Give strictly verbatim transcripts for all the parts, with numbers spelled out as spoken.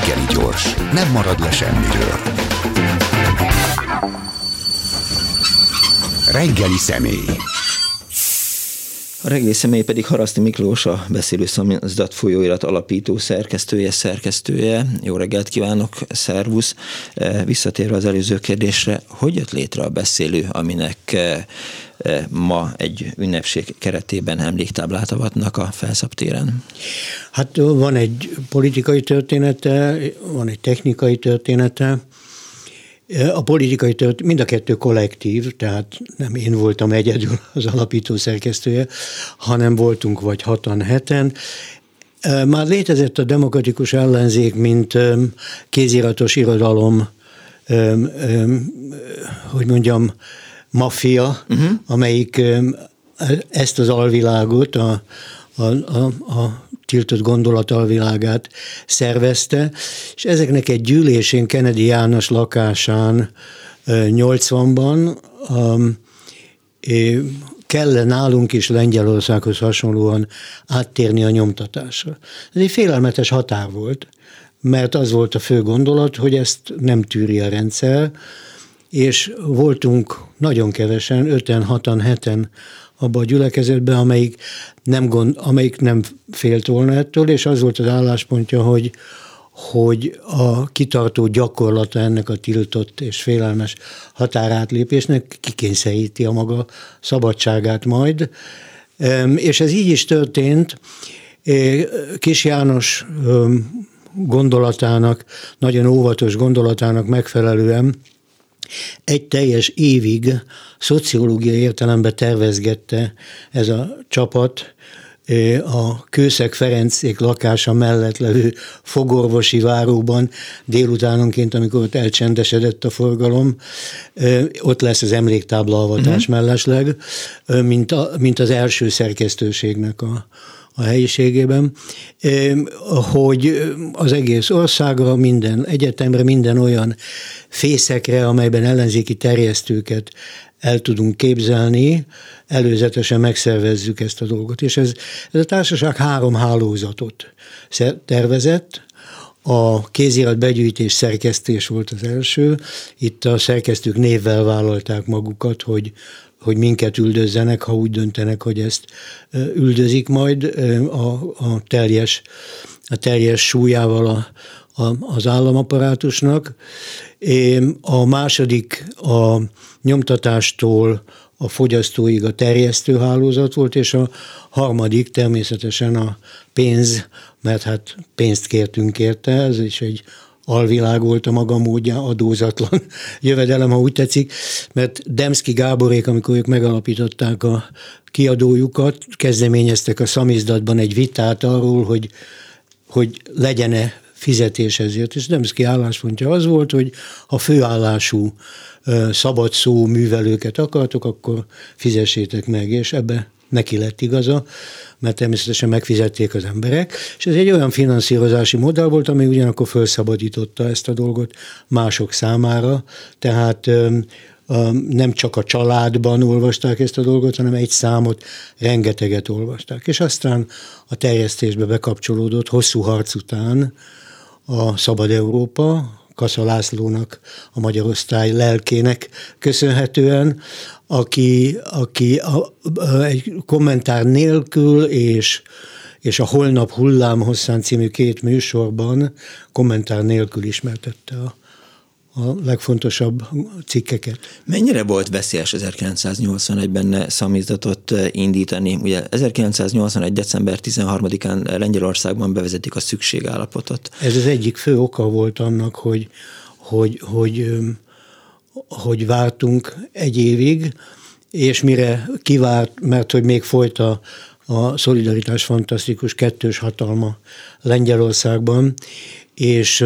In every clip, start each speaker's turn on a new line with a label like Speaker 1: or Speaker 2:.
Speaker 1: Reggeli gyors, nem marad le semmiről. Reggeli személy.
Speaker 2: A reggeli személy pedig Haraszti Miklós, a Beszélő Szamizdat folyóirat alapító szerkesztője, szerkesztője. Jó reggelt kívánok, szervusz! Visszatérve az előző kérdésre, hogy jött létre a Beszélő, aminek ma egy ünnepség keretében emléktáblát avatnak a Felszabtéren?
Speaker 3: Hát van egy politikai története, van egy technikai története. A politikai történet, mind a kettő kollektív, tehát nem én voltam egyedül az alapító szerkesztője, hanem voltunk vagy hatan, heten. Már létezett a demokratikus ellenzék, mint kéziratos irodalom, hogy mondjam, maffia, uh-huh. amelyik ezt az alvilágot, a, a, a, a tiltott gondolat alvilágát szervezte, és ezeknek egy gyűlésén Kennedy János lakásán nyolcvanban um, kellene nálunk is Lengyelországhoz hasonlóan áttérni a nyomtatásra. Ez egy félelmetes határ volt, mert az volt a fő gondolat, hogy ezt nem tűri a rendszer, és voltunk nagyon kevesen, öten, hatan, heten abban a gyülekezetben, amelyik nem, gond, amelyik nem félt volna ettől, és az volt az álláspontja, hogy, hogy a kitartó gyakorlata ennek a tiltott és félelmes határátlépésnek kikényszeríti a maga szabadságát majd. És ez így is történt. Kis János gondolatának, nagyon óvatos gondolatának megfelelően egy teljes évig szociológiai értelemben tervezgette ez a csapat a Kőszeg Ferencék lakása mellett levő fogorvosi váróban délutánonként, amikor ott elcsendesedett a forgalom, ott lesz az emléktáblaavatás uh-huh. mellesleg, mint, a, mint az első szerkesztőségnek a a helyiségében, hogy az egész országra, minden egyetemre, minden olyan fészekre, amelyben ellenzéki terjesztőket el tudunk képzelni, előzetesen megszervezzük ezt a dolgot. És ez, ez a társaság három hálózatot tervezett. A kézirat begyűjtés szerkesztés volt az első. Itt a szerkesztők névvel vállalták magukat, hogy hogy minket üldözzenek, ha úgy döntenek, hogy ezt üldözik majd a, a, teljes, a teljes súlyával a, a, az államaparátusnak. A második a nyomtatástól a fogyasztóig a terjesztő hálózat volt, és a harmadik természetesen a pénz, mert hát pénzt kértünk érte, ez is egy alvilág volt a maga módján, adózatlan jövedelem, ha úgy tetszik, mert Demszky Gáborék, amikor ők megalapították a kiadójukat, kezdeményeztek a Szamizdatban egy vitát arról, hogy, hogy legyen-e fizetés ezért, és Demszky álláspontja az volt, hogy ha főállású szabad szó művelőket akartok, akkor fizessétek meg, és ebbe neki lett igaza, mert természetesen megfizették az emberek, és ez egy olyan finanszírozási modell volt, ami ugyanakkor felszabadította ezt a dolgot mások számára, tehát nem csak a családban olvasták ezt a dolgot, hanem egy számot, rengeteget olvasták. És aztán a terjesztésbe bekapcsolódott hosszú harc után a Szabad Európa, Kassa Lászlónak, a magyar osztály lelkének köszönhetően, aki, aki a, a, egy kommentár nélkül és, és a Holnap hullám hosszán című két műsorban kommentár nélkül ismertette a, a legfontosabb cikkeket.
Speaker 2: Mennyire volt veszélyes ezerkilencszáznyolcvanegyben szamizdatot indítani? Ugye ezerkilencszáznyolcvanegy. december tizenharmadikán Lengyelországban bevezetik a szükségállapotot.
Speaker 3: Ez az egyik fő oka volt annak, hogy, hogy, hogy, hogy vártunk egy évig, és mire kivárt, mert hogy még folyt a, a Szolidaritás fantasztikus kettős hatalma Lengyelországban, és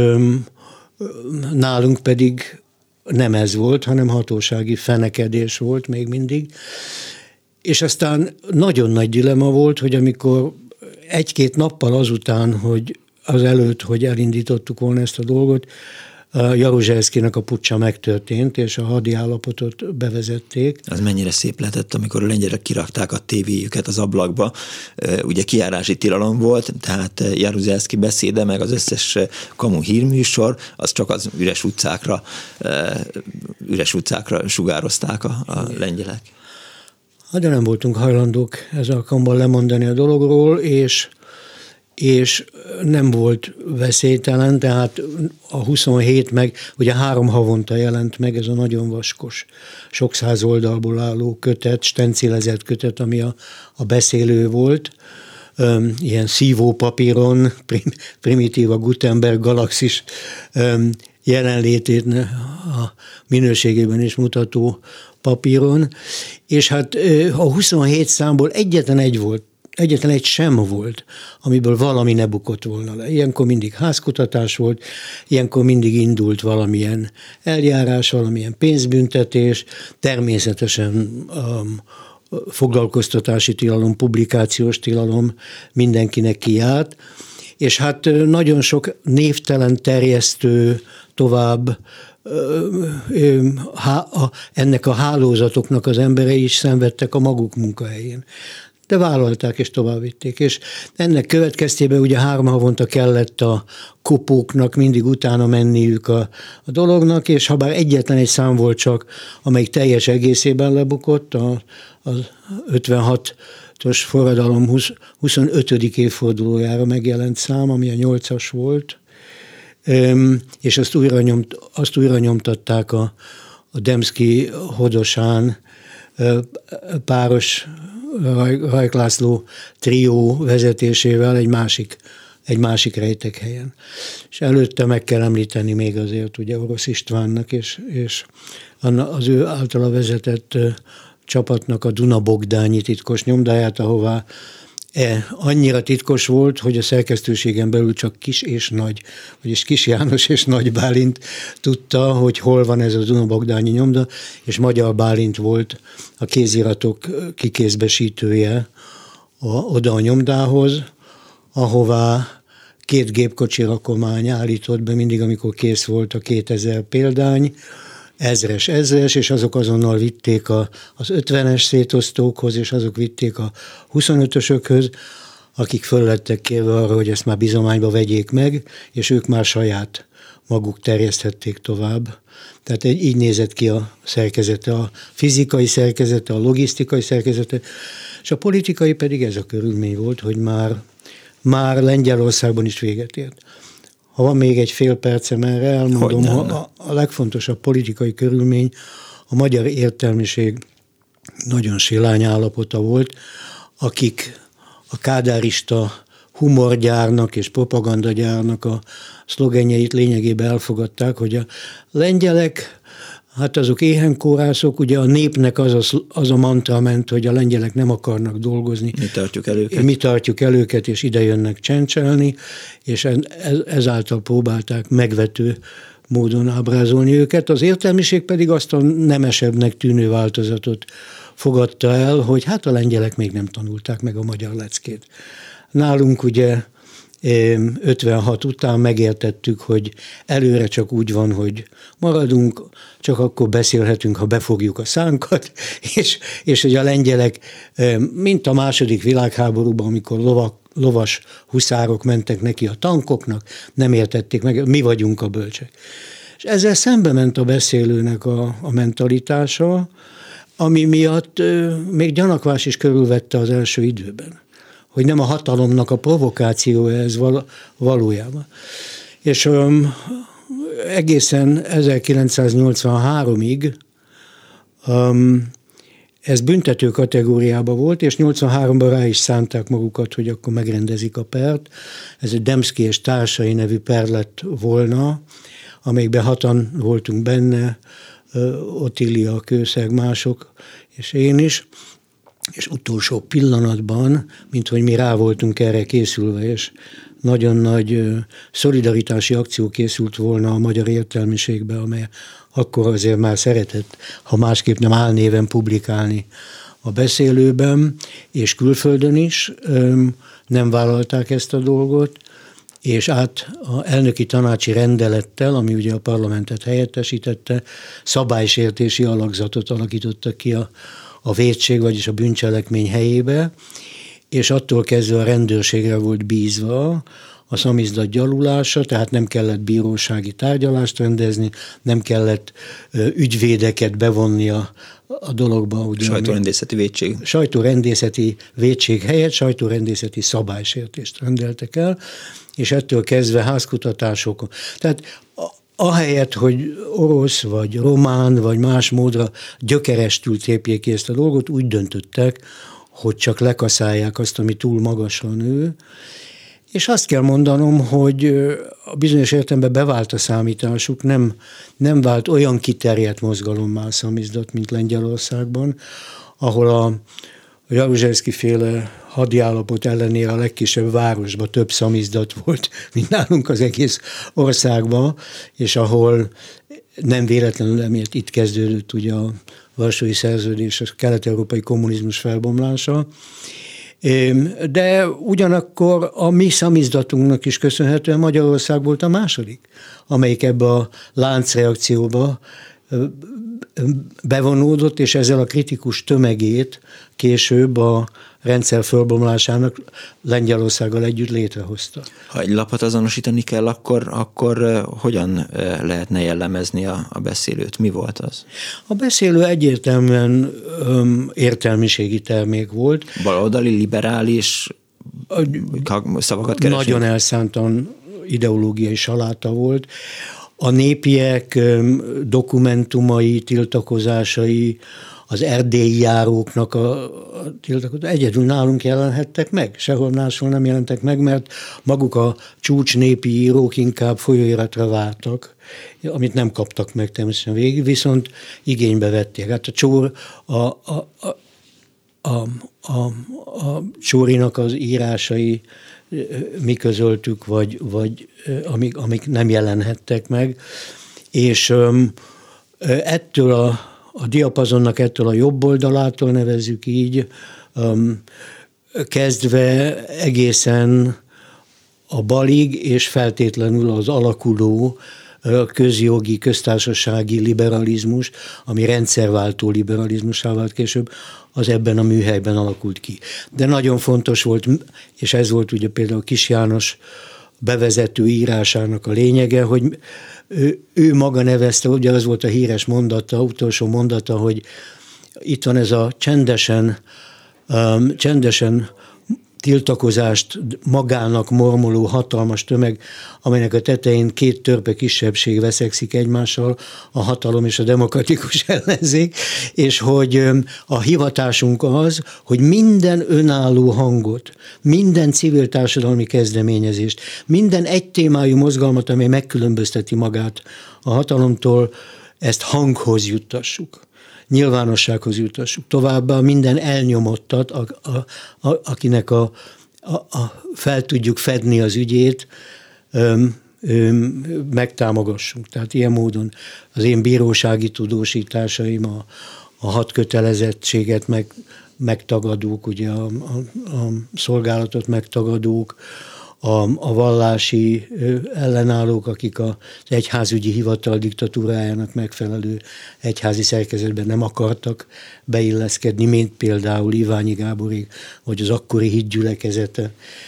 Speaker 3: nálunk pedig nem ez volt, hanem hatósági fenekedés volt még mindig. És aztán nagyon nagy dilemma volt, hogy amikor egy-két nappal azután, hogy az előtt, hogy elindítottuk volna ezt a dolgot, Jaruzelszkinek a puccsa megtörtént, és a hadi állapotot bevezették.
Speaker 2: Az mennyire szép lehetett, amikor a lengyelek kirakták a tévéjüket az ablakba. Ugye kijárási tilalom volt, tehát Jaruzelszki beszéde, meg az összes kamu hírműsor, az csak az üres utcákra, üres utcákra sugározták a, a lengyelek.
Speaker 3: De nem voltunk hajlandók ez alkalommal lemondani a dologról, és és nem volt veszélytelen, tehát a huszonhét meg, ugye három havonta jelent meg ez a nagyon vaskos, sok száz oldalból álló kötet, stencilezett kötet, ami a, a beszélő volt, Üm, ilyen szívópapíron, prim, primitív a Gutenberg galaxis üm, jelenlétét a minőségében is mutató papíron, és hát a huszonhét számból egyetlen egy volt, egyetlen egy sem volt, amiből valami ne bukott volna le. Ilyenkor mindig házkutatás volt, ilyenkor mindig indult valamilyen eljárás, valamilyen pénzbüntetés, természetesen um, foglalkoztatási tilalom, publikációs tilalom mindenkinek kijárt, és hát nagyon sok névtelen terjesztő tovább ennek a hálózatoknak az emberei is szenvedtek a maguk munkahelyén. De vállalták és továbbvitték. És ennek következtében ugye három havonta kellett a kopóknak mindig utána menniük a, a dolognak, és ha bár egyetlen egy szám volt csak, amelyik teljes egészében lebukott, a, az ötvenhatos forradalom huszonötödik évfordulójára megjelent szám, ami a nyolcas volt, és azt újra, nyomt, azt újra nyomtatták a, a Demszky Hodosán páros Rajk László trió vezetésével egy másik, egy másik rejtek helyen. És előtte meg kell említeni még azért ugye Orosz Istvánnak és, és az ő általa vezetett csapatnak a Duna-Bogdányi titkos nyomdáját, ahová E, annyira titkos volt, hogy a szerkesztőségen belül csak Kis és Nagy, vagyis Kis János és Nagy Bálint tudta, hogy hol van ez a Duna-Bogdányi nyomda, és Magyar Bálint volt a kéziratok kikézbesítője a, oda a nyomdához, ahová két gépkocsi rakomány állított be mindig, amikor kész volt a kétezer példány, ezres, ezres, és azok azonnal vitték a, az ötvenes szétosztókhoz, és azok vitték a huszonötösökhöz, akik föl lettek kérve arra, hogy ezt már bizományba vegyék meg, és ők már saját maguk terjeszthették tovább. Tehát így nézett ki a szerkezete, a fizikai szerkezete, a logisztikai szerkezete, és a politikai pedig ez a körülmény volt, hogy már, már Lengyelországban is véget ért. Ha van még egy fél percem erre, elmondom, a, a legfontosabb politikai körülmény a magyar értelmiség nagyon silány állapota volt, akik a kádárista humorgyárnak és propagandagyárnak a szlogenjeit lényegében elfogadták, hogy a lengyelek, hát azok éhenkórászok, ugye a népnek az a, az a mantra ment, hogy a lengyelek nem akarnak dolgozni.
Speaker 2: Mi tartjuk el őket.
Speaker 3: Mi tartjuk el őket, és ide jönnek csencselni, és ezáltal próbálták megvető módon ábrázolni őket. Az értelmiség pedig azt a nemesebbnek tűnő változatot fogadta el, hogy hát a lengyelek még nem tanulták meg a magyar leckét. Nálunk ugye ötvenhat után megértettük, hogy előre csak úgy van, hogy maradunk, csak akkor beszélhetünk, ha befogjuk a szánkat, és, és hogy a lengyelek, mint a második világháborúban, amikor lovak, lovas huszárok mentek neki a tankoknak, nem értették meg, mi vagyunk a bölcsek. És ezzel szembe ment a beszélőnek a, a mentalitása, ami miatt még gyanakvás is körülvette az első időben, hogy nem a hatalomnak a provokációja ez val- valójában. És um, egészen ezerkilencszáznyolcvanháromig um, ez büntető kategóriában volt, és nyolcvanháromban rá is szánták magukat, hogy akkor megrendezik a pert. Ez egy Demszky és társai nevű per lett volna, amelyikben hatan voltunk benne, Otília, Kőszeg, mások, és én is. És utolsó pillanatban, mint hogy mi rá voltunk erre készülve, és nagyon nagy szolidaritási akció készült volna a magyar értelmiségbe, amely akkor azért már szeretett, ha másképp nem álnéven publikálni a beszélőben, és külföldön is nem vállalták ezt a dolgot, és át a elnöki tanácsi rendelettel, ami ugye a parlamentet helyettesítette, szabálysértési alakzatot alakítottak ki a, a vétség, vagyis a bűncselekmény helyébe, és attól kezdve a rendőrségre volt bízva a szamizdat gyalulása, tehát nem kellett bírósági tárgyalást rendezni, nem kellett ügyvédeket bevonni a, a dologba. Ugye,
Speaker 2: sajtórendészeti vétség.
Speaker 3: Sajtórendészeti vétség helyett sajtórendészeti szabálysértést rendeltek el, és ettől kezdve házkutatások. Tehát ahelyett, hogy orosz, vagy román, vagy más módra gyökerestül tépjék ki ezt a dolgot, úgy döntöttek, hogy csak lekaszálják azt, ami túl magasra nő. És azt kell mondanom, hogy a bizonyos értelemben bevált a számításuk, nem, nem vált olyan kiterjedt mozgalommá a szamizdat, mint Lengyelországban, ahol a Jaruzelszky féle hadiállapot ellenére a legkisebb városban több szamizdat volt, mint nálunk az egész országban, és ahol nem véletlenül emiatt itt kezdődött ugye a Varsói Szerződés, a kelet-európai kommunizmus felbomlása. De ugyanakkor a mi szamizdatunknak is köszönhetően Magyarország volt a második, amelyik ebbe a láncreakcióba bevonódott, és ezzel a kritikus tömegét később a rendszer fölbomlásának Lengyelországgal együtt létrehozta.
Speaker 2: Ha egy lapot azonosítani kell, akkor, akkor hogyan lehetne jellemezni a, a beszélőt? Mi volt az?
Speaker 3: A beszélő egyértelműen öm, értelmiségi termék volt.
Speaker 2: Baloldali, liberális szavakat keresni?
Speaker 3: Nagyon elszántan ideológiai saláta volt. A népiek dokumentumai, tiltakozásai, az erdélyi járóknak a, a tiltakozásai egyedül nálunk jelenhettek meg, sehol máshol nem jelentek meg, mert maguk a csúcs népi írók inkább folyóiratra vártak, amit nem kaptak meg természetesen végig, viszont igénybe vették. Hát a Csór, a, a, a, a, a, a Csórinak az írásai mi közöltük, vagy, vagy amik, amik nem jelenhettek meg, és um, ettől a, a diapazonnak ettől a jobb oldalától, nevezzük így, um, kezdve egészen a balig, és feltétlenül az alakuló közjogi, köztársasági liberalizmus, ami rendszerváltó liberalizmussá vált később, az ebben a műhelyben alakult ki. De nagyon fontos volt, és ez volt ugye például Kis János bevezető írásának a lényege, hogy ő, ő maga nevezte, ugye az volt a híres mondata, utolsó mondata, hogy itt van ez a csendesen, um, csendesen tiltakozást magának mormoló hatalmas tömeg, amelynek a tetején két törpe kisebbség veszekszik egymással, a hatalom és a demokratikus ellenzék, és hogy a hivatásunk az, hogy minden önálló hangot, minden civil társadalmi kezdeményezést, minden egytémájú mozgalmat, amely megkülönbözteti magát a hatalomtól, ezt hanghoz juttassuk. Nyilvánossághoz jutassuk. Továbbá minden elnyomottat, a, a, a, akinek a, a, a fel tudjuk fedni az ügyét, öm, öm, megtámogassunk. Tehát ilyen módon az én bírósági tudósításaim, a, a hat kötelezettséget meg, megtagadók, ugye a, a, a szolgálatot megtagadók, A, a vallási ellenállók, akik az egyházügyi hivatal diktatúrájának megfelelő egyházi szerkezetben nem akartak beilleszkedni, mint például Iványi Gáborék, vagy az akkori hitgyülekezete.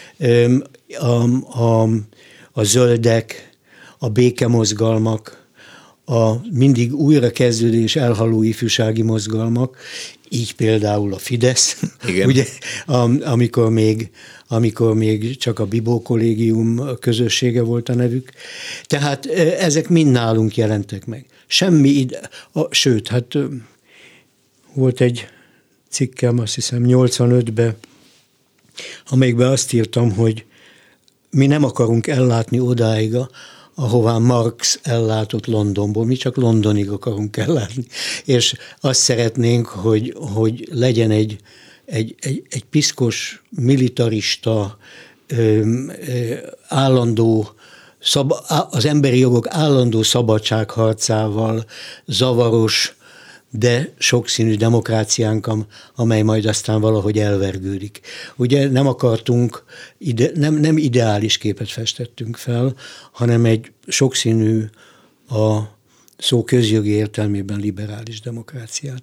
Speaker 3: A, a, a zöldek, a békemozgalmak, a mindig újra kezdődő és elhaló ifjúsági mozgalmak, így például a Fidesz, ugye, amikor még, amikor még csak a Bibó kollégium közössége volt a nevük. Tehát ezek mind nálunk jelentek meg. Semmi ide, a, sőt, hát volt egy cikkem, azt hiszem nyolcvanötben, amelyikben azt írtam, hogy mi nem akarunk ellátni odáig, ahová Marx ellátott Londonból, mi csak Londonig akarunk ellátni. És azt szeretnénk, hogy, hogy legyen egy, egy, egy, egy piszkos, militarista, ö, ö, állandó, az emberi jogok állandó szabadságharcával zavaros, de sokszínű demokráciánk, amely majd aztán valahogy elvergődik. Ugye nem akartunk, ide, nem, nem ideális képet festettünk fel, hanem egy sokszínű, a szó közjogi értelmében liberális demokráciát.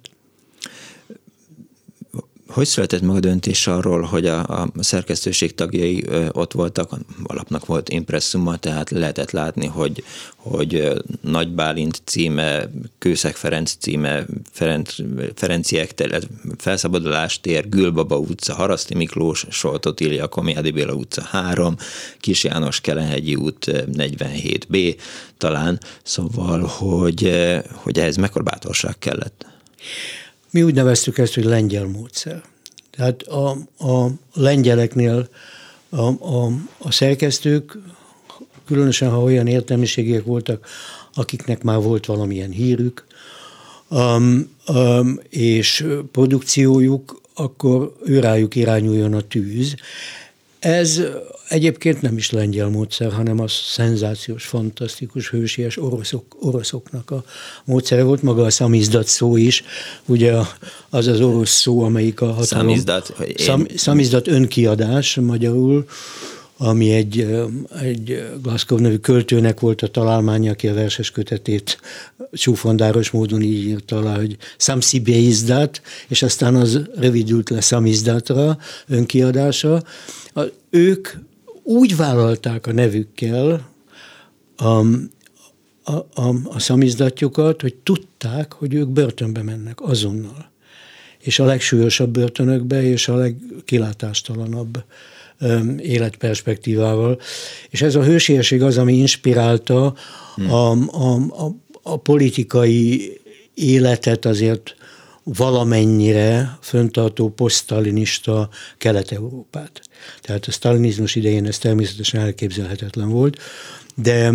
Speaker 2: Hogy született meg a döntés arról, hogy a, a szerkesztőség tagjai ott voltak, alapnak volt impresszuma, tehát lehetett látni, hogy, hogy Nagy Bálint címe, Kőszeg Ferenc címe, Ferenc, Ferenciek telet, Felszabadulás tér, Gülbaba utca, Haraszti Miklós, Solt Otília, Komjádi Béla utca három, Kis János Kelenhegyi út negyvenhét B talán, szóval, hogy, hogy ehhez mekkora bátorság kellett?
Speaker 3: Mi úgy neveztük ezt, hogy lengyel módszer. Tehát a, a lengyeleknél a, a, a szerkesztők, különösen ha olyan értelmiségiek voltak, akiknek már volt valamilyen hírük, um, um, és produkciójuk, akkor őrájuk irányuljon a tűz. Ez egyébként nem is lengyel módszer, hanem a szenzációs, fantasztikus, hősies oroszok, oroszoknak a módszere volt. Maga a szamizdat szó is, ugye az az orosz szó, amelyik a hatalom...
Speaker 2: Szamizdat. Én...
Speaker 3: Szam, szamizdat önkiadás magyarul, ami egy, egy Glaszkov nevű költőnek volt a találmánya, aki a verses kötetét csúfondáros módon így írta alá, hogy samszibéizdat, és aztán az rövidült le szamizdatra, önkiadása. A, ők úgy vállalták a nevükkel a, a, a, a szamizdatjukat, hogy tudták, hogy ők börtönbe mennek azonnal. És a legsúlyosabb börtönökbe, és a legkilátástalanabb életperspektívával. És ez a hősiesség az, ami inspirálta hmm. a, a, a, a politikai életet azért valamennyire föntartó posztstalinista Kelet-Európát. Tehát a sztalinizmus idején ez természetesen elképzelhetetlen volt, de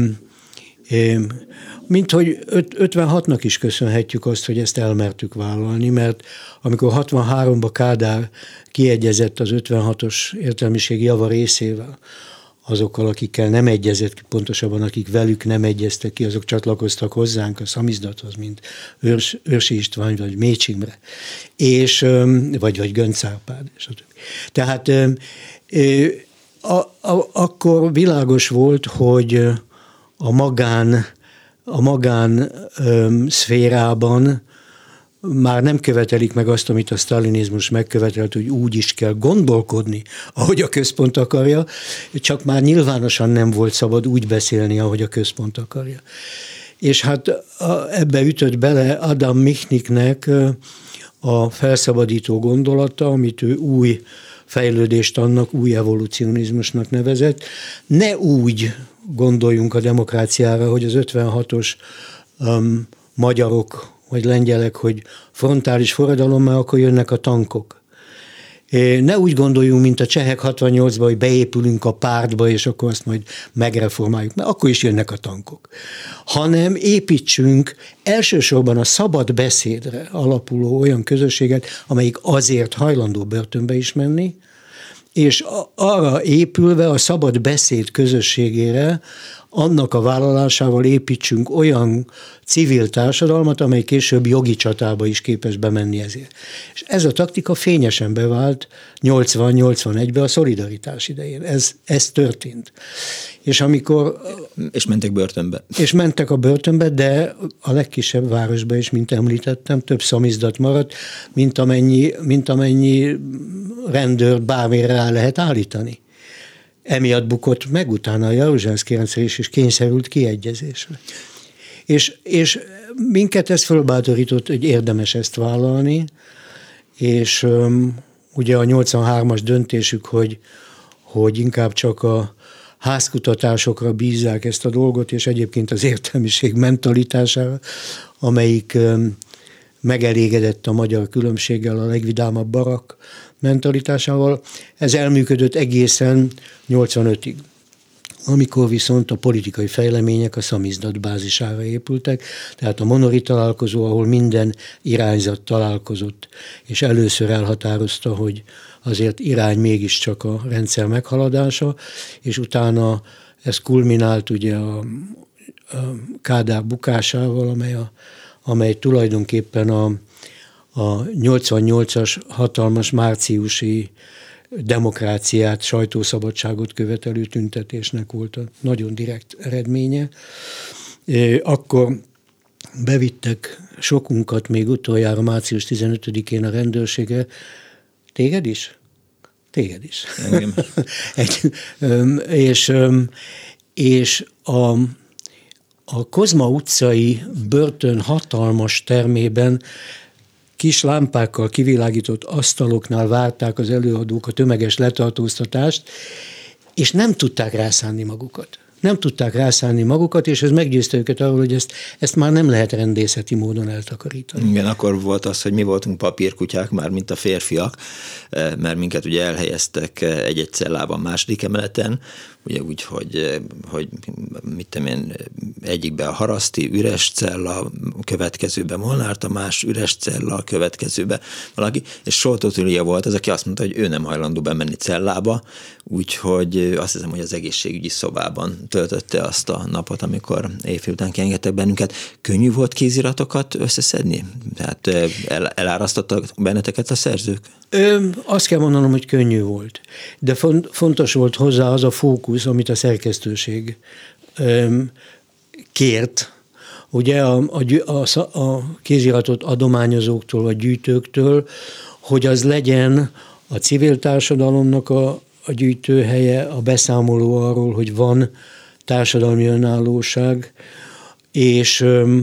Speaker 3: mint hogy ötvenhatnak is köszönhetjük azt, hogy ezt elmertük vállalni, mert amikor hatvanháromban Kádár kiegyezett az ötvenhatos értelmiség java részével, azokkal, akikkel nem egyezett ki, pontosabban akik velük nem egyeztek ki, azok csatlakoztak hozzánk a szamizdathoz, mint Őrs, Őrsi István, vagy Mécs Imre, és, vagy, vagy Göncz Árpád. Tehát a, a, akkor világos volt, hogy a magán, a magán öm, szférában már nem követelik meg azt, amit a sztalinizmus megkövetelt, hogy úgy is kell gondolkodni, ahogy a központ akarja, csak már nyilvánosan nem volt szabad úgy beszélni, ahogy a központ akarja. És hát ebbe ütött bele Adam Michniknek a felszabadító gondolata, amit ő új fejlődést annak, új evolucionizmusnak nevezett. Ne úgy gondoljunk a demokráciára, hogy az ötvenhatos um, magyarok vagy lengyelek, hogy frontális forradalommal, akkor jönnek a tankok. Ne úgy gondoljunk, mint a csehek hatvannyolcban, hogy beépülünk a pártba, és akkor azt majd megreformáljuk, mert akkor is jönnek a tankok. Hanem építsünk elsősorban a szabad beszédre alapuló olyan közösséget, amelyik azért hajlandó börtönbe is menni, és arra épülve a szabad beszéd közösségére, annak a vállalásával építsünk olyan civil társadalmat, amely később jogi csatába is képes bemenni ezért. És ez a taktika fényesen bevált nyolcvan-nyolcvanegyben a szolidaritás idején. Ez, ez történt. És amikor...
Speaker 2: És mentek börtönbe.
Speaker 3: És mentek a börtönbe, de a legkisebb városba is, mint említettem, több szamizdat maradt, mint amennyi, mint amennyi rendőrt bármire rá lehet állítani. Emiatt bukott meg utána a Jaruzelszky rendszer is, és kényszerült kiegyezésre. És, és minket ez fölbátorított, hogy érdemes ezt vállalni, és um, ugye a nyolcvanhármas döntésük, hogy, hogy inkább csak a házkutatásokra bízzák ezt a dolgot, és egyébként az értelmiség mentalitására, amelyik um, megelégedett a magyar különbséggel, a legvidámabb barak mentalitásával. Ez elműködött egészen nyolcvanötig, amikor viszont a politikai fejlemények a szamizdat bázisára épültek, tehát a Monori találkozó, ahol minden irányzat találkozott, és először elhatározta, hogy azért irány mégiscsak a rendszer meghaladása, és utána ez kulminált ugye a, a Kádár bukásával, amely a amely tulajdonképpen a, a nyolcvannyolcas hatalmas márciusi demokráciát, sajtószabadságot követelő tüntetésnek volt a nagyon direkt eredménye. Akkor bevittek sokunkat még utoljára március tizenötödikén a rendőrségre. Téged is? Téged is.
Speaker 2: Engem.
Speaker 3: Egy, és és a, a Kozma utcai börtön hatalmas termében kis lámpákkal kivilágított asztaloknál várták az előadók a tömeges letartóztatást, és nem tudták rászánni magukat. Nem tudták rászánni magukat, és ez meggyőzte őket arról, hogy ezt, ezt már nem lehet rendészeti módon eltakarítani.
Speaker 2: Igen, akkor volt az, hogy mi voltunk papírkutyák, már mint a férfiak, mert minket ugye elhelyeztek egy-egy cellában második emeleten, ugye úgy, hogy, hogy mit tudom én, egyikben a Haraszti üres cella, következőben Molnár Tamás üres cella, következőben valaki, és Soltó Tülia volt az, aki azt mondta, hogy ő nem hajlandó bemenni cellába, úgyhogy azt hiszem, hogy az egészségügyi szobában töltötte azt a napot, amikor éjfél után kiengedtek bennünket. Könnyű volt kéziratokat összeszedni? Tehát el, elárasztottak benneteket a szerzők?
Speaker 3: Ö, azt kell mondanom, hogy könnyű volt. De fontos volt hozzá az a fókusz, amit a szerkesztőség ö, kért. Ugye a, a, a, a kéziratot adományozóktól vagy gyűjtőktől, hogy az legyen a civil társadalomnak a, a gyűjtőhelye, a beszámoló arról, hogy van társadalmi önállóság, és ö,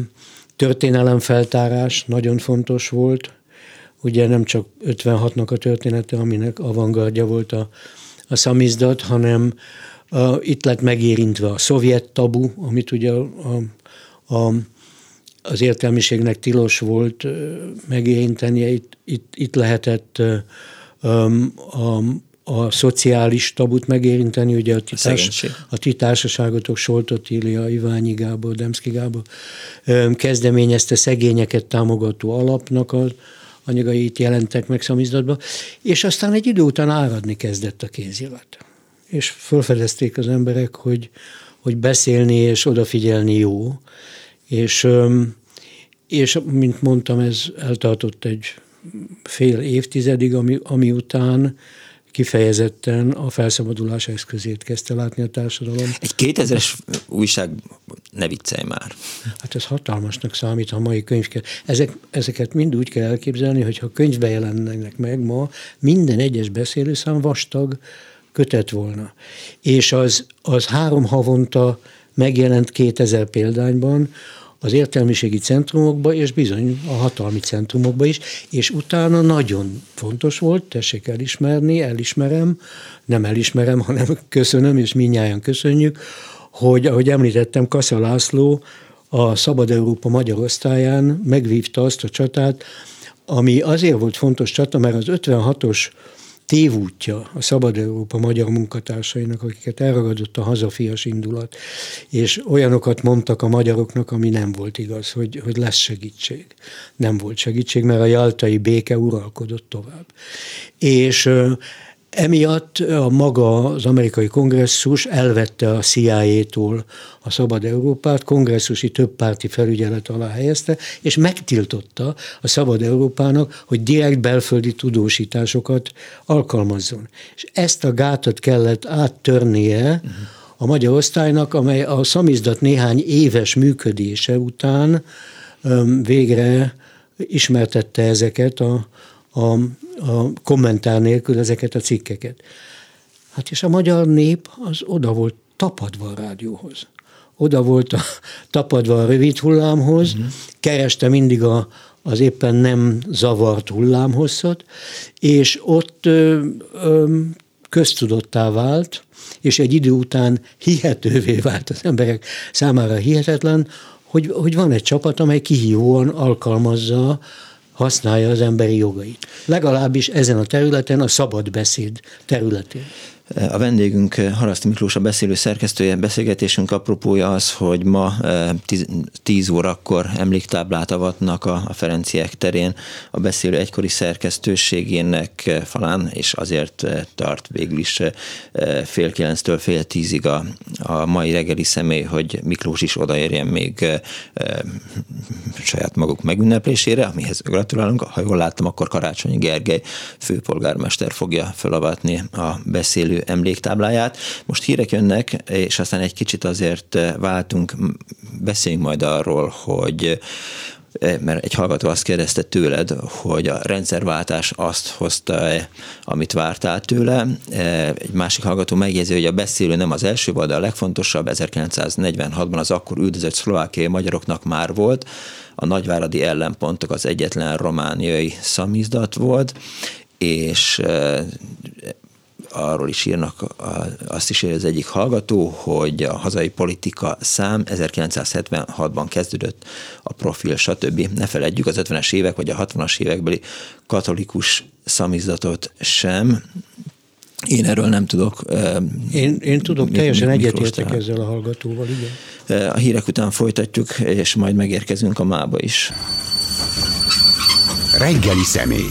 Speaker 3: történelemfeltárás nagyon fontos volt. Ugye nem csak ötvenhatnak a története, aminek avantgardja volt a, a szamizdat, hanem a, itt lett megérintve a szovjet tabu, amit ugye a, a, a, az értelmiségnek tilos volt megérintenie. Itt, itt, itt lehetett a, a, a szociális tabut megérinteni, ugye a ti, társ, a ti társaságotok, Soltó Tília, Iványi Gábor, Demszky Gábor kezdeményezte szegényeket támogató alapnak a anyagait jelentek meg szamizdatba, és aztán egy idő után áradni kezdett a kézirat. És felfedezték az emberek, hogy, hogy beszélni és odafigyelni jó, és, és mint mondtam, ez eltartott egy fél évtizedig, ami, ami után kifejezetten a felszabadulás eszközét kezdte látni a társadalom.
Speaker 2: Egy kétezres újság, ne viccelj már.
Speaker 3: Hát ez hatalmasnak számít, ha mai könyv kell. Ezek, ezeket mind úgy kell elképzelni, hogy ha könyvbe jelennek meg ma, minden egyes beszélőszám vastag kötet volna. És az, az három havonta megjelent kétezer példányban, az értelmiségi centrumokba, és bizony a hatalmi centrumokba is, és utána nagyon fontos volt, tessék elismerni, elismerem, nem elismerem, hanem köszönöm, és mindnyájan köszönjük, hogy, ahogy említettem, Kassa László a Szabad Európa magyar osztályán megvívta azt a csatát, ami azért volt fontos csata, mert az ötvenhatos tévútja a Szabad Európa magyar munkatársainak, akiket elragadott a hazafias indulat, és olyanokat mondtak a magyaroknak, ami nem volt igaz, hogy, hogy lesz segítség. Nem volt segítség, mert a jaltai béke uralkodott tovább. És emiatt a maga az amerikai kongresszus elvette a C I A-tól a Szabad Európát, kongresszusi többpárti felügyelet alá helyezte, és megtiltotta a Szabad Európának, hogy direkt belföldi tudósításokat alkalmazzon. És ezt a gátat kellett áttörnie uh-huh. a magyar osztálynak, amely a szamizdat néhány éves működése után um, végre ismertette ezeket a A, a kommentár nélkül ezeket a cikkeket. Hát és a magyar nép az oda volt tapadva a rádióhoz. Oda volt a, tapadva a rövid hullámhoz, uh-huh. kereste mindig a, az éppen nem zavart hullámhosszat, és ott ö, ö, köztudottá vált, és egy idő után hihetővé vált az emberek számára hihetetlen, hogy, hogy van egy csapat, amely kihívóan alkalmazza, használja az emberi jogait. Legalábbis ezen a területen, a szabad beszéd területén.
Speaker 2: A vendégünk Haraszti Miklós, a beszélő szerkesztője. Beszélgetésünk apropója az, hogy ma tíz órakor emléktáblát avatnak a Ferenciek terén a beszélő egykori szerkesztőségének falán, és azért tart végül is fél kilenctől fél tízig a, a mai reggeli személy, hogy Miklós is odaérjen még saját maguk megünneplésére, amihez gratulálunk. Ha jól láttam, akkor Karácsonyi Gergely főpolgármester fogja felavatni a beszélő emléktábláját. Most hírek jönnek, és aztán egy kicsit azért váltunk, beszéljünk majd arról, hogy mert egy hallgató azt kérdezte tőled, hogy a rendszerváltás azt hozta, amit vártál tőle. Egy másik hallgató megjegyzi, hogy a beszélő nem az első volt, de a legfontosabb. ezerkilencszáznegyvenhatban az akkor üldözött szlovákiai magyaroknak már volt. A nagyváradi ellenpontok az egyetlen romániai szamizdat volt, és arról is írnak, azt is ír az egyik hallgató, hogy a hazai politika szám ezerkilencszázhetvenhatban kezdődött, a profil, stb. Ne feledjük az ötvenes évek vagy a hatvanas évekbeli katolikus szamizdatot sem. Én erről nem tudok.
Speaker 3: Én, én tudok, teljesen egyetértek ezzel a hallgatóval, igen.
Speaker 2: A hírek után folytatjuk, és majd megérkezünk a mába is.
Speaker 1: Reggeli személy.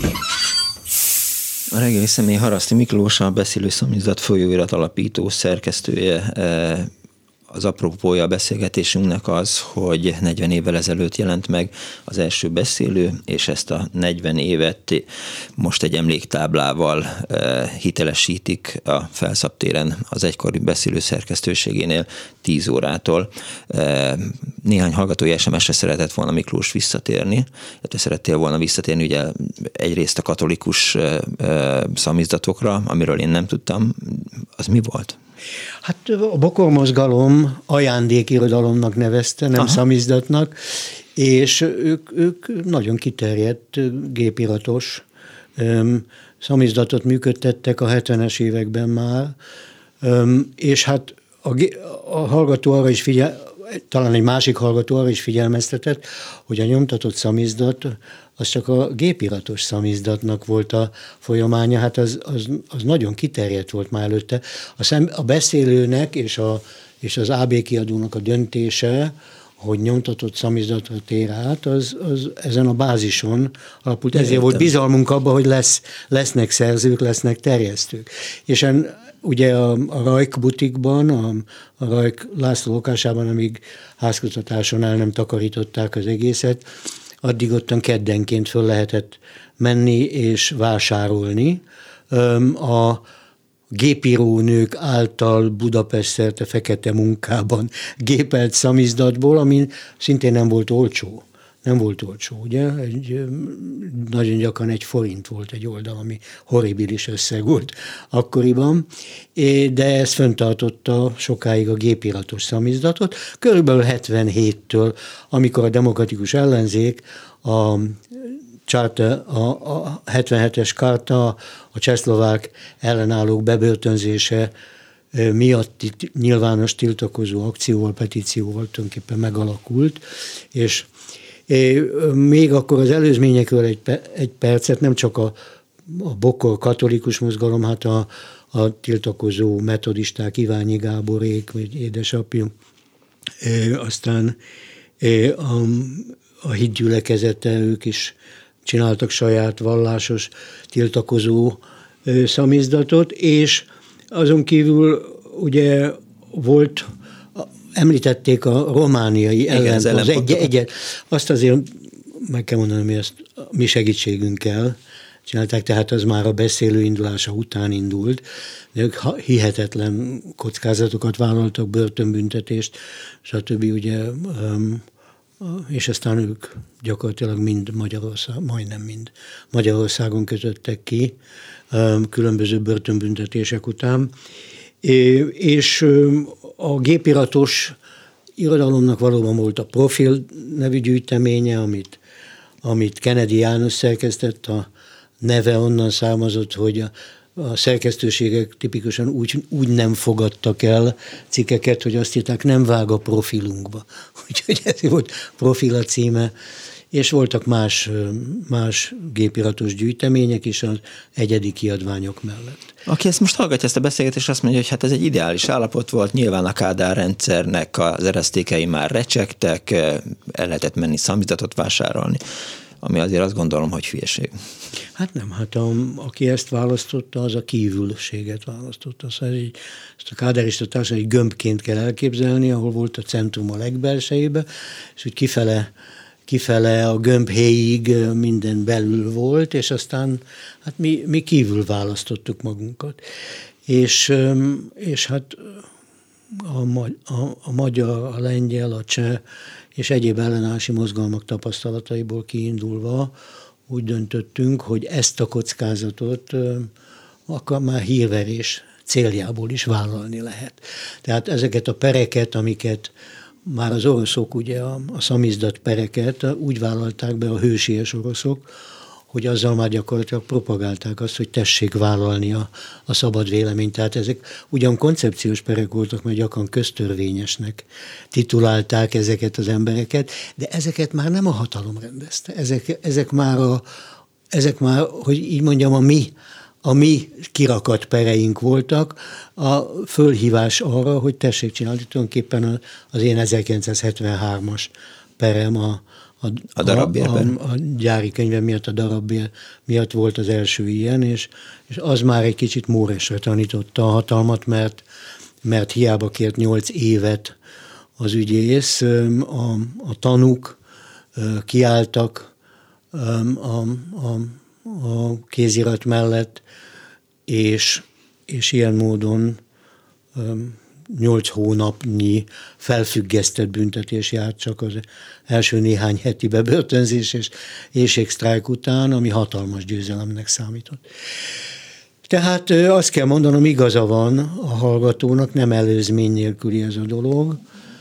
Speaker 2: A reggeli személy Haraszti Miklós, a beszélő szamizdat folyóirat alapító szerkesztője. Az apropója a beszélgetésünknek az, hogy negyven évvel ezelőtt jelent meg az első beszélő, és ezt a negyven évet most egy emléktáblával hitelesítik a Felszabtéren az egykori beszélő szerkesztőségénél tíz órától. Néhány hallgatói es em es-re szeretett volna Miklós visszatérni, illetve szerettél volna visszatérni ugye egyrészt a katolikus szamizdatokra, amiről én nem tudtam. Az mi volt?
Speaker 3: Hát a bokormozgalom ajándékirodalomnak nevezte, nem Aha. szamizdatnak, és ők, ők nagyon kiterjedt gépiratos öm, szamizdatot működtettek a hetvenes években már, öm, és hát a, a hallgató arra is figyel, talán egy másik hallgató arra is figyelmeztetett, hogy a nyomtatott szamizdat az csak a gépiratos szamizdatnak volt a folyamánya, hát az, az, az nagyon kiterjedt volt már előtte. A, szem, a beszélőnek és, a, és az á bé kiadónak a döntése, hogy nyomtatott szamizdatot tér át, az, az ezen a bázison alapult. Ezért volt bizalmunk abban, hogy lesz, lesznek szerzők, lesznek terjesztők. És en, ugye a, a Rajk butikban, a, a Rajk László lakásában, amíg házkutatáson el nem takarították az egészet, addig ottan keddenként föl lehetett menni és vásárolni. A gépírónők által Budapest szerte fekete munkában gépelt szamizdatból, ami szintén nem volt olcsó. Nem volt olcsó, ugye? Egy, nagyon gyakran egy forint volt egy oldal, ami horribilis összeg volt akkoriban, de ez fenntartotta sokáig a gépiratos szamizdatot. Körülbelül hetvenhéttől, amikor a demokratikus ellenzék a Charta, a, a hetvenhetes karta, a csehszlovák ellenállók bebörtönzése miatti nyilvános tiltakozó akcióval, petícióval tulajdonképpen megalakult, és még akkor az előzményekről egy, egy percet, nem csak a, a bokor katolikus mozgalom, hát a, a tiltakozó metodisták, Iványi Gáborék, vagy édesapjuk, e, aztán e, a, a hitgyülekezete, ők is csináltak saját vallásos tiltakozó e, szamizdatot, és azon kívül ugye volt, említették a romániai ellenpont, az egy, egyet, azt azért meg kell mondanom, hogy ezt mi segítségünkkel csinálták, tehát az már a beszélő indulása után indult, de ők hihetetlen kockázatokat vállaltak, börtönbüntetést, stb. Ugye, és aztán ők gyakorlatilag mind Magyarország, majdnem mind Magyarországon kötöttek ki különböző börtönbüntetések után, és a gépiratos irodalomnak valóban volt a Profil nevű gyűjteménye, amit, amit Kennedy János szerkesztett, a neve onnan származott, hogy a, a szerkesztőségek tipikusan úgy, úgy nem fogadtak el cikkeket, hogy azt írták, nem vág a profilunkba. Úgyhogy ez volt Profil a címe, és voltak más, más gépiratos gyűjtemények is az egyedi kiadványok mellett.
Speaker 2: Aki ezt most hallgatja, ezt a beszélgetést, azt mondja, hogy hát ez egy ideális állapot volt, nyilván a Kádár rendszernek az eresztékei már recsegtek, el lehetett menni szamizdatot vásárolni, ami azért azt gondolom, hogy hülyeség.
Speaker 3: Hát nem, hát a, aki ezt választotta, az a kívülséget választotta. Szóval így, ezt a kádárista társadalmat egy gömbként kell elképzelni, ahol volt a centrum a legbelsejében, és úgy kifele, kifele a gömb héjig minden belül volt, és aztán hát mi, mi kívül választottuk magunkat. És, és hát a, a, a magyar, a lengyel, a cseh és egyéb ellenállási mozgalmak tapasztalataiból kiindulva úgy döntöttünk, hogy ezt a kockázatot akkor már hírverés céljából is vállalni lehet. Tehát ezeket a pereket, amiket már az oroszok, ugye a, a szamizdat pereket úgy vállalták be a hősies oroszok, hogy azzal már gyakorlatilag propagálták azt, hogy tessék vállalni a, a szabad véleményt. Tehát ezek ugyan koncepciós perek voltak, mert gyakran köztörvényesnek titulálták ezeket az embereket, de ezeket már nem a hatalom rendezte. Ezek, ezek, már, a, ezek már, hogy így mondjam, a mi, a mi kirakat pereink voltak, a fölhívás arra, hogy tessék csinálni, tulajdonképpen az én ezerkilencszázhetvenhármas perem a A,
Speaker 2: a darabbérben?
Speaker 3: A, a gyári könyvem miatt, a darabbér miatt volt az első ilyen, és, és az már egy kicsit Móresre tanította a hatalmat, mert, mert hiába kért nyolc évet az ügyész, a, a tanúk kiálltak a, a, a kézirat mellett, és, és ilyen módon nyolc hónapnyi felfüggesztett büntetés járt csak az első néhány heti bebörtönzés és éhségsztrájk után, ami hatalmas győzelemnek számított. Tehát azt kell mondanom, igaza van a hallgatónak, nem előzmény nélküli ez a dolog,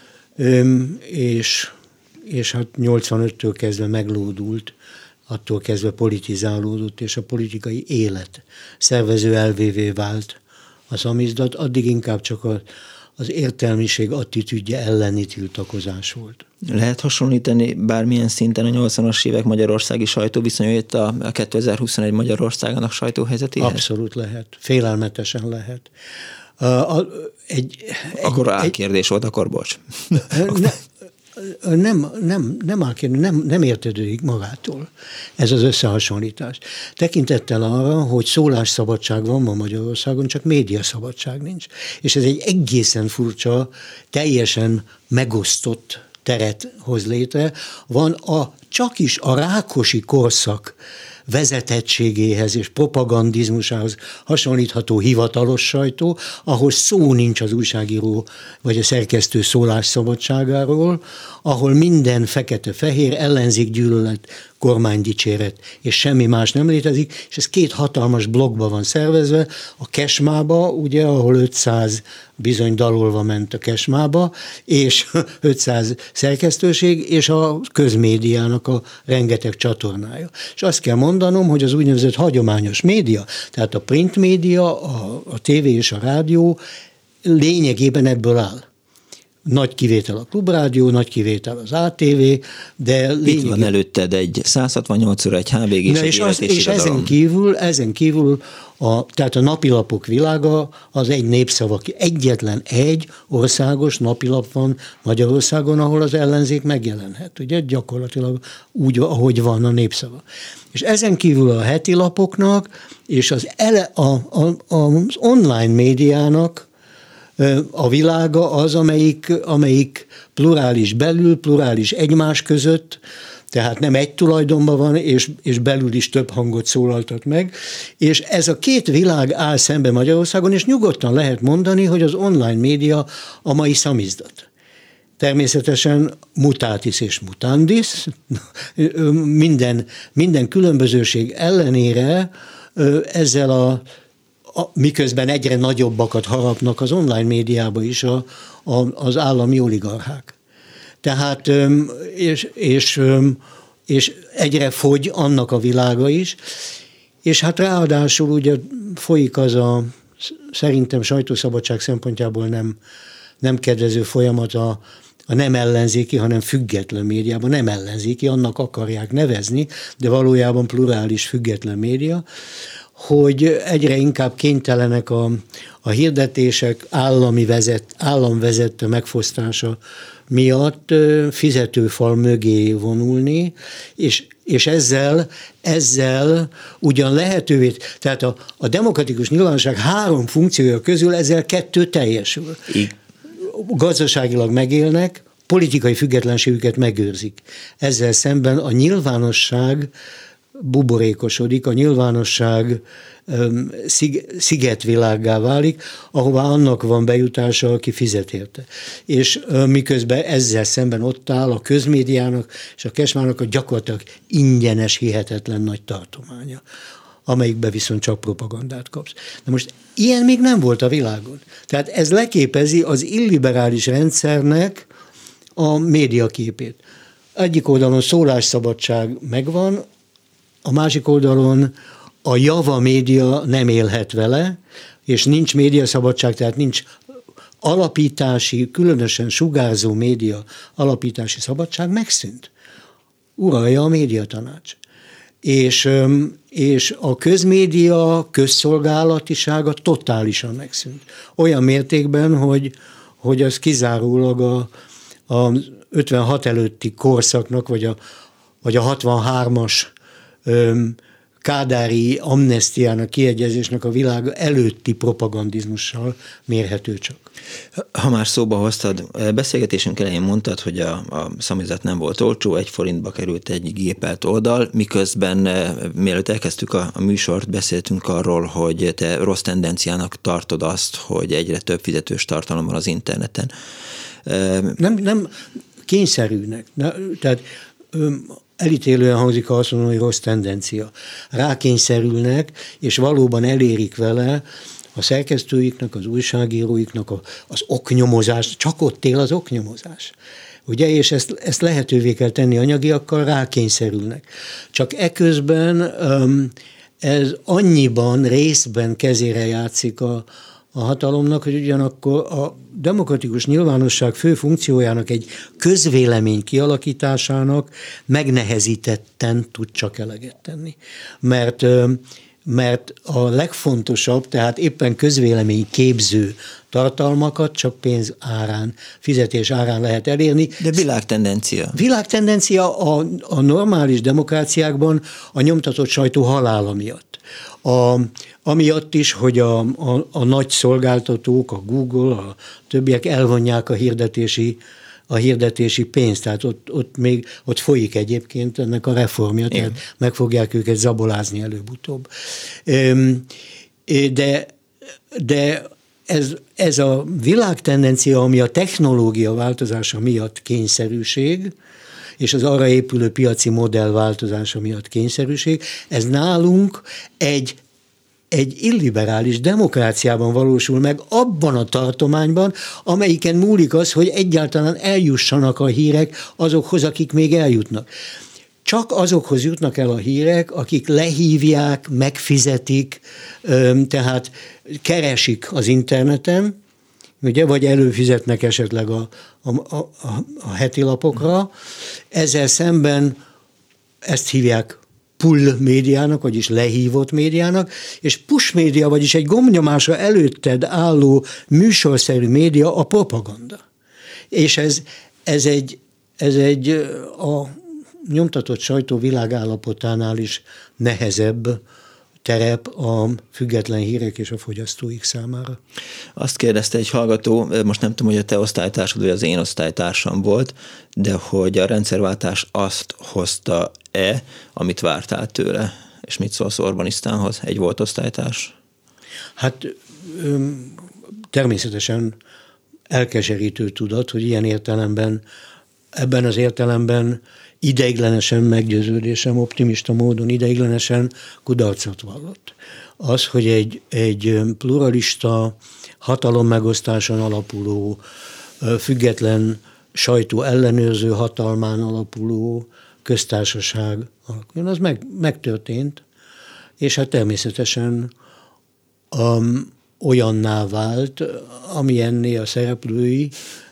Speaker 3: és, és hát nyolcvanöttől kezdve meglódult, attól kezdve politizálódott, és a politikai élet szervező elvévé vált a szamizdat, addig inkább csak a, az értelmiség attitűdje elleni tiltakozás volt.
Speaker 2: Lehet hasonlítani bármilyen szinten a nyolcvanas évek magyarországi sajtóviszonyait a kétezer-huszonegy Magyarországának sajtóhelyzetéhez?
Speaker 3: Abszolút lehet. Félelmetesen lehet. A, a, egy,
Speaker 2: akkor
Speaker 3: egy,
Speaker 2: álkérdés egy, volt, akkor bocs.
Speaker 3: Ne, nem, nem, nem, álkérdés, nem, nem értődődik magától ez az összehasonlítás. Tekintettel arra, hogy szólásszabadság van ma Magyarországon, csak médiaszabadság nincs. És ez egy egészen furcsa, teljesen megosztott teret hoz létre. Van a csak is a Rákosi korszak vezetettségéhez és propagandizmusához hasonlítható hivatalos sajtó, ahol szó nincs az újságíró vagy a szerkesztő szólásszabadságáról, ahol minden fekete-fehér, ellenzék, gyűlölet, kormánydicséret, és semmi más nem létezik, és ez két hatalmas blokkba van szervezve, a Kesmába, ugye, ahol ötszáz bizony dalolva ment a Kesmába, és ötszáz szerkesztőség, és a közmédiának a rengeteg csatornája. És azt kell mondanom, hogy az úgynevezett hagyományos média, tehát a print média, a, a tévé és a rádió lényegében ebből áll. Nagy kivétel a Klubrádió, nagy kivétel az á té vé, de lényegében...
Speaker 2: Itt van előtted egy száz hatvannyolc óra, egy há vé gé-s,
Speaker 3: és, az, és ezen kívül, ezen kívül a, tehát a napilapok világa az egy népszava. Egyetlen egy országos napilap van Magyarországon, ahol az ellenzék megjelenhet. Ugye gyakorlatilag úgy, ahogy van a népszava. És ezen kívül a heti lapoknak és az, ele, a, a, az online médiának a világa az, amelyik, amelyik plurális belül, plurális egymás között, tehát nem egy tulajdonban van, és, és belül is több hangot szólaltat meg, és ez a két világ áll szembe Magyarországon, és nyugodtan lehet mondani, hogy az online média a mai szamizdat. Természetesen mutatis és mutandis, minden, minden különbözőség ellenére ezzel a A, miközben egyre nagyobbakat harapnak az online médiába is a, a, az állami oligarchák. Tehát, és, és, és egyre fogy annak a világa is, és hát ráadásul ugye folyik az a, szerintem sajtószabadság szempontjából nem, nem kedvező folyamat a a nem ellenzéki, hanem független médiában, nem ellenzéki, annak akarják nevezni, de valójában plurális független média, hogy egyre inkább kénytelenek a, a hirdetések állami vezet, állam vezette megfosztása miatt fizetőfal mögé vonulni, és, és ezzel, ezzel ugyan lehetővé, tehát a, a demokratikus nyilvánosság három funkciója közül ezzel kettő teljesül. Igen. Gazdaságilag megélnek, politikai függetlenségüket megőrzik. Ezzel szemben a nyilvánosság buborékosodik, a nyilvánosság szigetvilággá válik, ahová annak van bejutása, aki fizet érte. És miközben ezzel szemben ott áll a közmédiának és a Kesmának a gyakorlatilag ingyenes, hihetetlen nagy tartománya, amelyikben viszont csak propagandát kapsz. De most ilyen még nem volt a világon. Tehát ez leképezi az illiberális rendszernek a médiaképét. Egyik oldalon szólásszabadság megvan, a másik oldalon a java média nem élhet vele, és nincs médiaszabadság, tehát nincs alapítási, különösen sugárzó média alapítási szabadság, megszűnt. Uralja a médiatanács. És, és a közmédia közszolgálatisága totálisan megszűnt. Olyan mértékben, hogy, hogy az kizárólag a, a ötvenhat előtti korszaknak, vagy a, vagy a hatvanhármas öm, kádári amnesztiának, kiegyezésnek a világ előtti propagandizmussal mérhető csak.
Speaker 2: Ha már szóba hoztad, beszélgetésünk elején mondtad, hogy a, a szamizdat nem volt olcsó, egy forintba került egy gépelt oldal, miközben mielőtt elkezdtük a, a műsort, beszéltünk arról, hogy te rossz tendenciának tartod azt, hogy egyre több fizetős tartalom van az interneten.
Speaker 3: Nem, nem kényszerűnek. Tehát elítélően hangzik, ha azt mondom, hogy rossz tendencia. Rákényszerülnek, és valóban elérik vele a szerkesztőiknek, az újságíróiknak a, az oknyomozás, csak ott él az oknyomozás. Ugye, és ezt, ezt lehetővé kell tenni anyagiakkal, rákényszerülnek. Csak eközben ez annyiban részben kezére játszik a, a hatalomnak, hogy ugyanakkor a demokratikus nyilvánosság fő funkciójának egy közvélemény kialakításának megnehezítetten tud csak eleget tenni. Mert, mert a legfontosabb, tehát éppen közvélemény képző tartalmakat csak pénz árán, fizetés árán lehet elérni.
Speaker 2: De világtendencia.
Speaker 3: Világtendencia a, a normális demokráciákban a nyomtatott sajtó halála miatt. A, amiatt is, hogy a, a, a nagy szolgáltatók, a Google, a többiek elvonják a hirdetési, a hirdetési pénzt, tehát ott, ott még ott folyik egyébként ennek a reformja, igen. Tehát meg fogják őket zabolázni előbb-utóbb. De, de ez, ez a világtendencia, ami a technológia változása miatt kényszerűség, és az arra épülő piaci modell változása miatt kényszerűség, ez nálunk egy, egy illiberális demokráciában valósul meg abban a tartományban, amelyiken múlik az, hogy egyáltalán eljussanak a hírek azokhoz, akik még eljutnak. Csak azokhoz jutnak el a hírek, akik lehívják, megfizetik, tehát keresik az interneten, ugye, vagy előfizetnek esetleg a, a, a, a heti lapokra. Ezzel szemben ezt hívják pull médiának, vagyis lehívott médiának, és push média, vagyis egy gombnyomása előtted álló műsorszerű média a propaganda. És ez, ez, egy, ez egy a nyomtatott sajtó világállapotánál is nehezebb terep a független hírek és a fogyasztóik számára.
Speaker 2: Azt kérdezte egy hallgató, most nem tudom, hogy a te osztálytársad vagy az én osztálytársam volt, de hogy a rendszerváltás azt hozta-e, amit vártál tőle? És mit szólsz Orbanisztánhoz? Egy volt osztálytárs?
Speaker 3: Hát természetesen elkeserítő tudat, hogy ilyen értelemben, ebben az értelemben ideiglenesen meggyőződésem, optimista módon ideiglenesen kudarcot vallott. Az, hogy egy, egy pluralista, hatalommegosztáson alapuló, független sajtó ellenőrző hatalmán alapuló köztársaság alakuljon, az meg, megtörtént, és hát természetesen um, olyanná vált, amilyenné a szereplői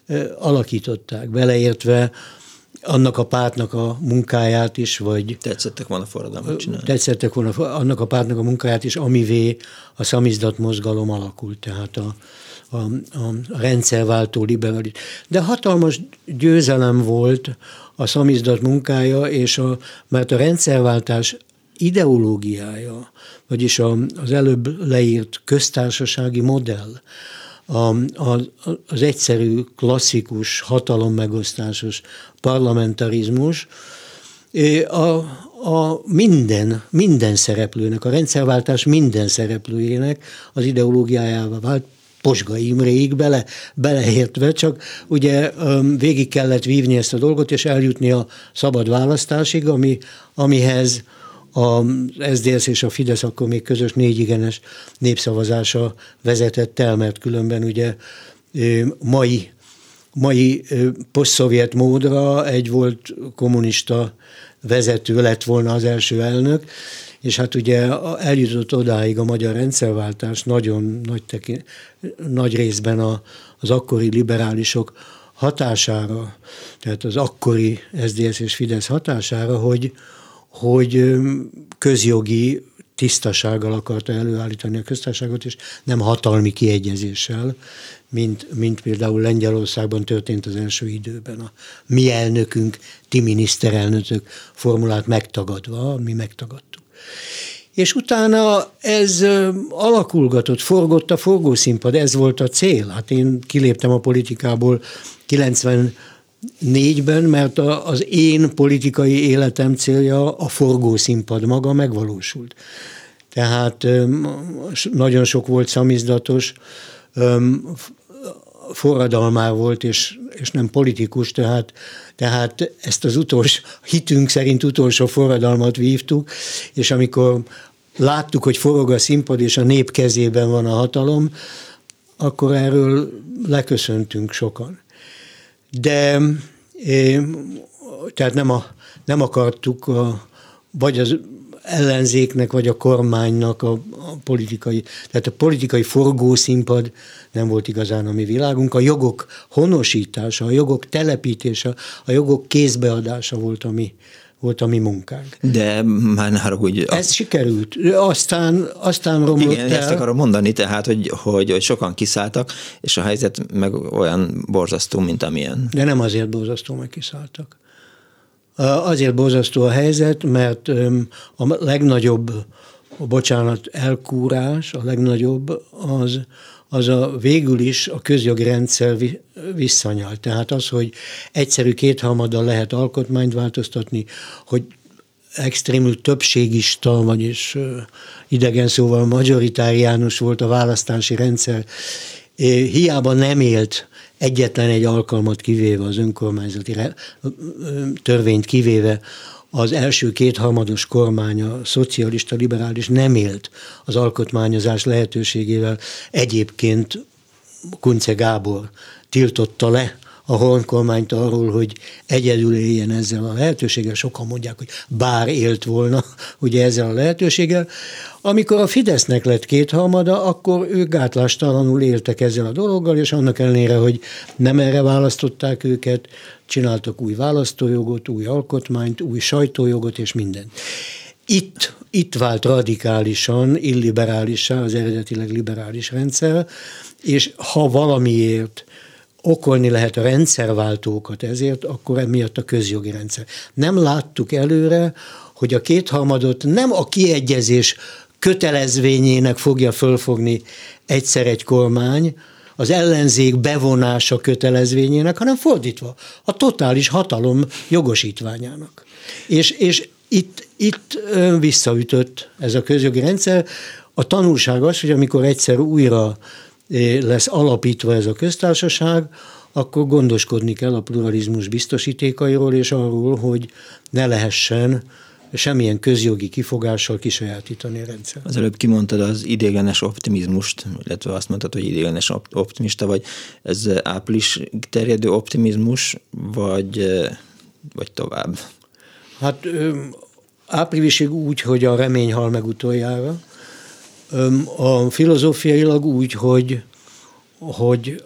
Speaker 3: alakították, beleértve annak a pártnak a munkáját is, vagy...
Speaker 2: Tetszettek volna forradalmat csinálni.
Speaker 3: Tetszettek volna annak a pártnak a munkáját is, amivé a szamizdat mozgalom alakult, tehát a, a, a rendszerváltó liberális. De hatalmas győzelem volt a szamizdat munkája, és a, mert a rendszerváltás ideológiája, vagyis a, az előbb leírt köztársasági modell, A, a, az egyszerű, klasszikus, hatalommegosztásos parlamentarizmus a, a minden, minden szereplőnek, a rendszerváltás minden szereplőjének az ideológiájával vált, Posga Imréig bele, beleértve, csak ugye végig kellett vívni ezt a dolgot, és eljutni a szabad választásig, ami, amihez az es zé dé es és a Fidesz akkor még közös négyigenes népszavazása vezetett el, mert különben ugye mai, mai posztszovjet módra egy volt kommunista vezető lett volna az első elnök, és hát ugye eljutott odáig a magyar rendszerváltás nagyon nagy, tekin, nagy részben a, az akkori liberálisok hatására, tehát az akkori es zé dé es és Fidesz hatására, hogy hogy közjogi tisztasággal akarta előállítani a köztársaságot, és nem hatalmi kiegyezéssel, mint, mint például Lengyelországban történt az első időben. A mi elnökünk, ti miniszterelnökök formulát megtagadva, mi megtagadtuk. És utána ez alakulgatott, forgott a forgószínpad, ez volt a cél. Hát én kiléptem a politikából kilencvennégyben, mert az én politikai életem célja, a forgószínpad maga megvalósult. Tehát nagyon sok volt szamizdatos, forradalmár volt, és, és nem politikus, tehát, tehát ezt az utolsó, hitünk szerint utolsó forradalmat vívtuk, és amikor láttuk, hogy forog a színpad, és a nép kezében van a hatalom, akkor erről leköszöntünk sokan. De tehát nem, a, nem akartuk a, vagy az ellenzéknek, vagy a kormánynak a, a politikai, tehát a politikai forgószínpad nem volt igazán a mi világunk. A jogok honosítása, a jogok telepítése, a jogok kézbeadása volt a mi, volt a mi munkánk.
Speaker 2: De már ne haragudj.
Speaker 3: Ez sikerült. Aztán, aztán romlott
Speaker 2: Igen,
Speaker 3: el.
Speaker 2: ezt akarom mondani, tehát, hogy, hogy, hogy sokan kiszálltak, és a helyzet meg olyan borzasztó, mint amilyen.
Speaker 3: De nem azért borzasztó, mert kiszálltak. Azért borzasztó a helyzet, mert a legnagyobb, a bocsánat, elkúrás, a legnagyobb az, az a végül is a közjogi rendszer visszanyal. Tehát az, hogy egyszerű kétharmaddal lehet alkotmányt változtatni, hogy extrémül többségista, vagyis idegen szóval majoritáriánus volt a választási rendszer, hiába nem élt egyetlen egy alkalmat kivéve az önkormányzati törvényt kivéve, az első kétharmados kormány, a szocialista, liberális nem élt az alkotmányozás lehetőségével. Egyébként Kunce Gábor tiltotta le a Horn kormányt arról, hogy egyedül éljen ezzel a lehetőséggel. Sokan mondják, hogy bár élt volna ugye ezzel a lehetőséggel. Amikor a Fidesznek lett kétharmada, akkor ők gátlástalanul éltek ezzel a dologgal, és annak ellenére, hogy nem erre választották őket, csináltak új választójogot, új alkotmányt, új sajtójogot és mindent. Itt, itt vált radikálisan illiberálissá az eredetileg liberális rendszer, és ha valamiért okolni lehet a rendszerváltókat ezért, akkor emiatt a közjogi rendszer. Nem láttuk előre, hogy a kétharmadot nem a kiegyezés kötelezvényének fogja fölfogni egyszer egy kormány, az ellenzék bevonása kötelezvényének, hanem fordítva, a totális hatalom jogosítványának. És, és itt, itt visszaütött ez a közjogi rendszer. A tanulság az, hogy amikor egyszer újra lesz alapítva ez a köztársaság, akkor gondoskodni kell a pluralizmus biztosítékairól, és arról, hogy ne lehessen semmilyen közjogi kifogással kisajátítani a rendszer.
Speaker 2: Az előbb kimondtad az idéglenes optimizmust, illetve azt mondtad, hogy idéglenes optimista vagy. Ez április terjedő optimizmus, vagy, vagy tovább?
Speaker 3: Hát áprilisig úgy, hogy a remény hal meg utoljára. A filozófiailag úgy, hogy, hogy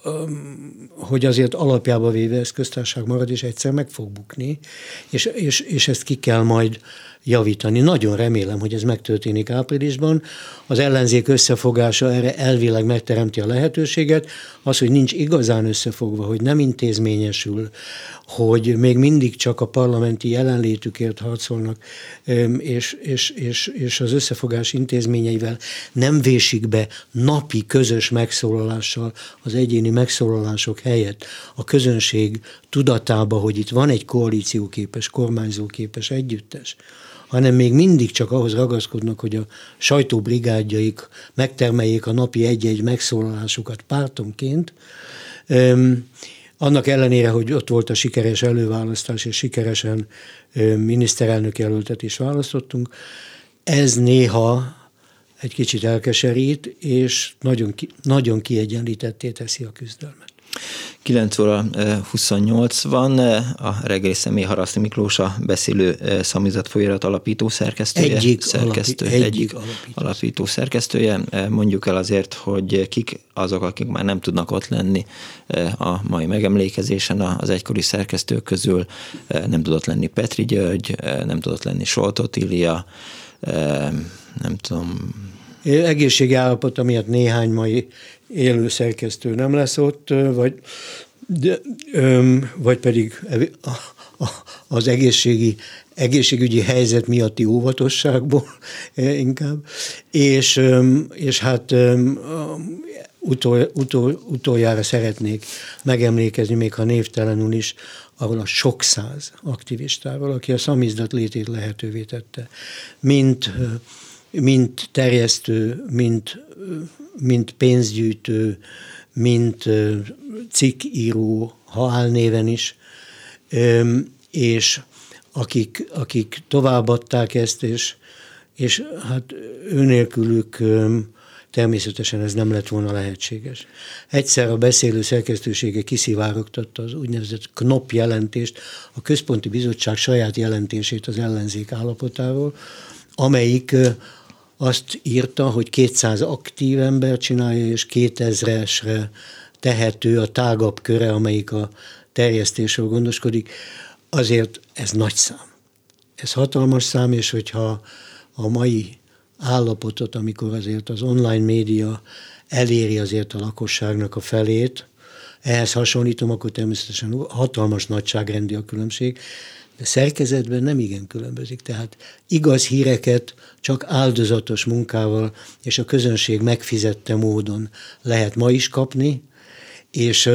Speaker 3: hogy azért alapjába véve ez köztársaság marad, és egyszer meg fog bukni, és, és, és ezt ki kell majd javítani. Nagyon remélem, hogy ez megtörténik áprilisban. Az ellenzék összefogása erre elvileg megteremti a lehetőséget. Az, hogy nincs igazán összefogva, hogy nem intézményesül, hogy még mindig csak a parlamenti jelenlétükért harcolnak, és, és, és, és az összefogás intézményeivel nem vésik be napi közös megszólalással az egyéni megszólalások helyett a közönség tudatába, hogy itt van egy koalícióképes, kormányzóképes együttes, hanem még mindig csak ahhoz ragaszkodnak, hogy a sajtóbrigádjaik megtermeljék a napi egy-egy megszólalásukat pártonként. Üm, annak ellenére, hogy ott volt a sikeres előválasztás, és sikeresen üm, miniszterelnök jelöltet is választottunk, ez néha egy kicsit elkeserít, és nagyon, ki, nagyon kiegyenlítetté teszi a küzdelmet.
Speaker 2: kilenc óra huszonnyolc van, a reggeli személy Haraszti Miklós, a beszélő szamizdat folyóirat alapító szerkesztője.
Speaker 3: Egyik,
Speaker 2: szerkesztő,
Speaker 3: alapi,
Speaker 2: egyik, egyik
Speaker 3: alapító.
Speaker 2: alapító szerkesztője. Mondjuk el azért, hogy kik azok, akik már nem tudnak ott lenni a mai megemlékezésen az egykori szerkesztők közül. Nem tudott lenni Petri György, nem tudott lenni Solt Otília, nem tudom...
Speaker 3: Egészségi állapota miatt néhány mai élő szerkesztő nem lesz ott, vagy, de, vagy pedig az egészségi, egészségügyi helyzet miatti óvatosságból inkább, és, és hát utol, utol, utoljára szeretnék megemlékezni, még ha névtelenül is, ahol a sok száz aktivistával, aki a szamizdat létét lehetővé tette, mint mint terjesztő, mint, mint pénzgyűjtő, mint cikkíró, ha álnéven is, és akik, akik továbbadták ezt, és, és hát őnélkülük természetesen ez nem lett volna lehetséges. Egyszer a beszélő szerkesztősége kiszivárogtatta az úgynevezett knop jelentést, a Központi Bizottság saját jelentését az ellenzék állapotáról, amelyik azt írta, hogy kétszáz aktív ember csinálja, és kétezresre tehető a tágabb köre, amelyik a terjesztésről gondoskodik. Azért ez nagy szám. Ez hatalmas szám, és hogyha a mai állapotot, amikor azért az online média eléri azért a lakosságnak a felét, ehhez hasonlítom, akkor természetesen hatalmas nagyságrendi a különbség, de szerkezetben nem igen különbözik. Tehát igaz híreket csak áldozatos munkával és a közönség megfizette módon lehet ma is kapni, és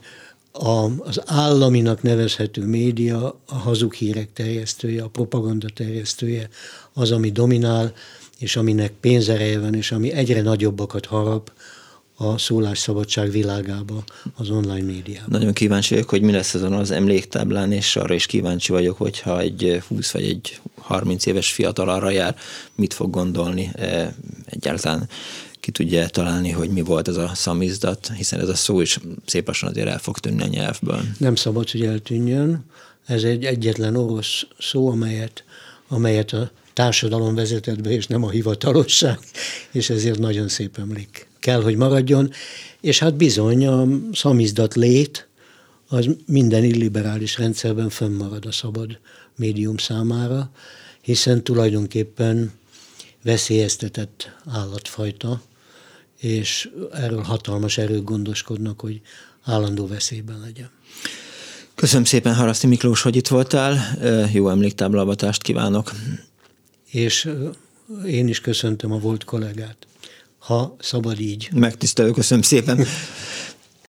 Speaker 3: az államinak nevezhető média, a hazug hírek terjesztője, a propaganda terjesztője az, ami dominál, és aminek pénzereje van, és ami egyre nagyobbakat harap a szólásszabadság világába, az online médiában.
Speaker 2: Nagyon kíváncsi vagyok, hogy mi lesz azon az emléktáblán, és arra is kíváncsi vagyok, hogyha egy húsz vagy egy harminc éves fiatal arra jár, mit fog gondolni, egyáltalán ki tudja találni, hogy mi volt ez a szamizdat, hiszen ez a szó is szép lassan azért el fog tűnni a nyelvből.
Speaker 3: Nem szabad, hogy eltűnjön. Ez egy egyetlen orosz szó, amelyet, amelyet a társadalom vezetett be, és nem a hivatalosság, és ezért nagyon szép emlék kell, hogy maradjon, és hát bizony a szamizdat lét az minden illiberális rendszerben fönnmarad a szabad médium számára, hiszen tulajdonképpen veszélyeztetett állatfajta, és erről hatalmas erők gondoskodnak, hogy állandó veszélyben legyen.
Speaker 2: Köszönöm szépen, Haraszti Miklós, hogy itt voltál, jó emléktáblaavatást kívánok.
Speaker 3: És én is köszöntöm a volt kollégát, ha szabad így.
Speaker 2: Megtisztelő, köszönöm szépen.